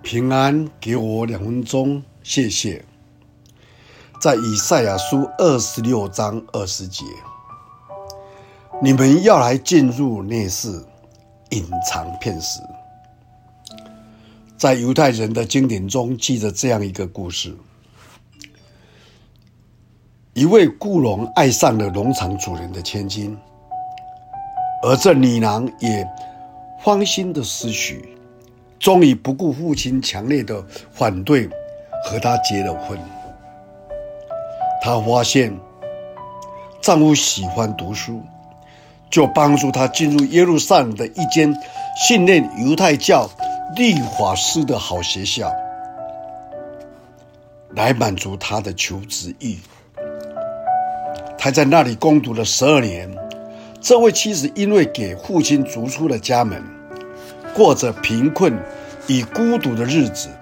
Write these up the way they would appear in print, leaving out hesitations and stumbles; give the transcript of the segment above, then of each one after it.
平安，给我2分钟，谢谢。在以赛亚书26章20节，你们要来进入内室，隐藏片时。在犹太人的经典中记着这样一个故事：一位雇农爱上了农场主人的千金，而这女郎也芳心的思许，终于不顾父亲强烈的反对，和他结了婚。她发现丈夫喜欢读书，就帮助他进入耶路撒冷的一间训练犹太教律法师的好学校，来满足他的求职欲。他在那里攻读了12年。这位妻子因为给父亲逐出了家门，过着贫困与孤独的日子。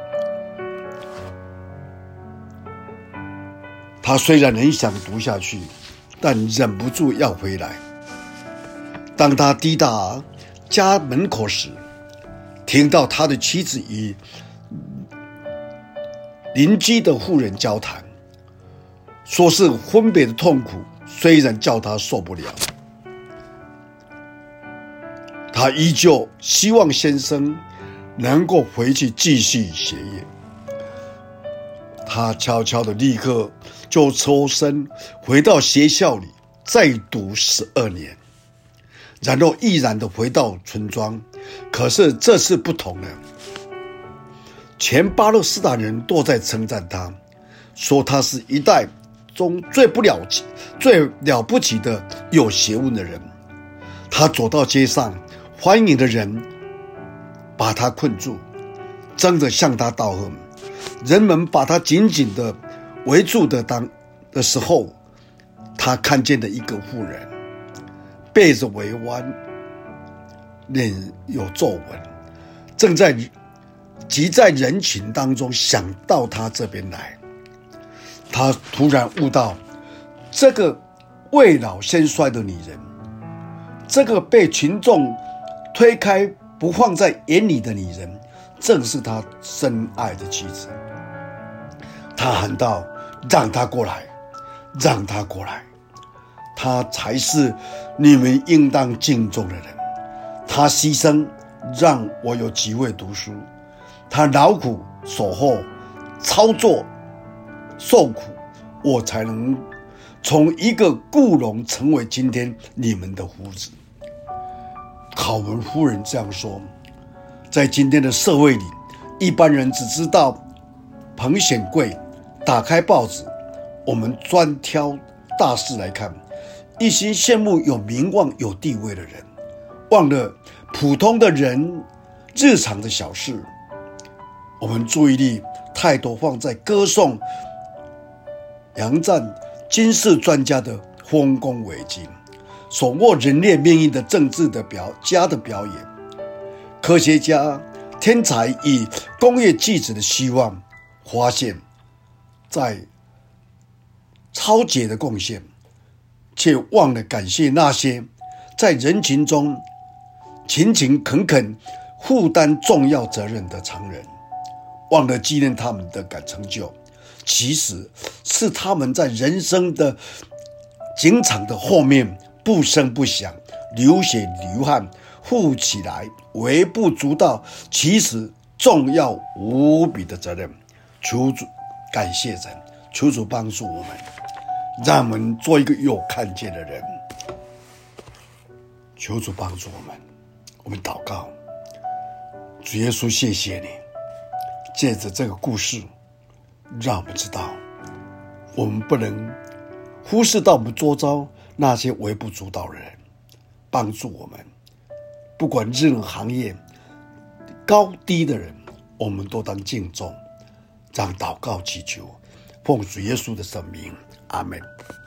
他虽然很想读下去，但忍不住要回来。当他抵达家门口时，听到他的妻子与邻居的妇人交谈，说是分别的痛苦虽然叫他受不了。他依旧希望先生能够回去继续学业。他悄悄的立刻就抽身回到学校里，再读12年，然后毅然的回到村庄。可是这次不同了，全巴勒斯坦人都在称赞他，说他是一代中最了不起的有学问的人。他走到街上，欢迎的人把他困住，争着向他道贺。人们把他紧紧的围住的时候，他看见了一个妇人，背着围弯，脸有皱纹，正挤在人群当中，想到他这边来。他突然悟到，这个未老先衰的女人，这个被群众推开不放在眼里的女人，正是他深爱的妻子。他喊道：让她过来，让她过来，她才是你们应当敬重的人。她牺牲让我有机会读书，她劳苦守候操作受苦，我才能从一个雇农成为今天你们的夫子。考文夫人这样说。在今天的社会里，一般人只知道彭显贵，打开报纸，我们专挑大事来看，一心羡慕有名望有地位的人，忘了普通的人日常的小事。我们注意力太多放在歌颂扬赞军事专家的丰功伟绩，手握人类命运的政治的表演，科学家天才与工业巨子的希望，发现在超杰的贡献，却忘了感谢那些在人群中勤勤恳恳负担重要责任的常人，忘了纪念他们的成就，其实是他们在人生的警场的后面不声不响，流血流汗，负起来微不足道，其实重要无比的责任。求主感谢神，求主帮助我们，让我们做一个有看见的人。求主帮助我们，我们祷告。主耶稣，谢谢你，借着这个故事，让我们知道，我们不能忽视到我们周遭那些微不足道的人，帮助我们。不管任何行业高低的人，我们都当敬重。这样祷告祈求，奉主耶稣的圣名，阿们。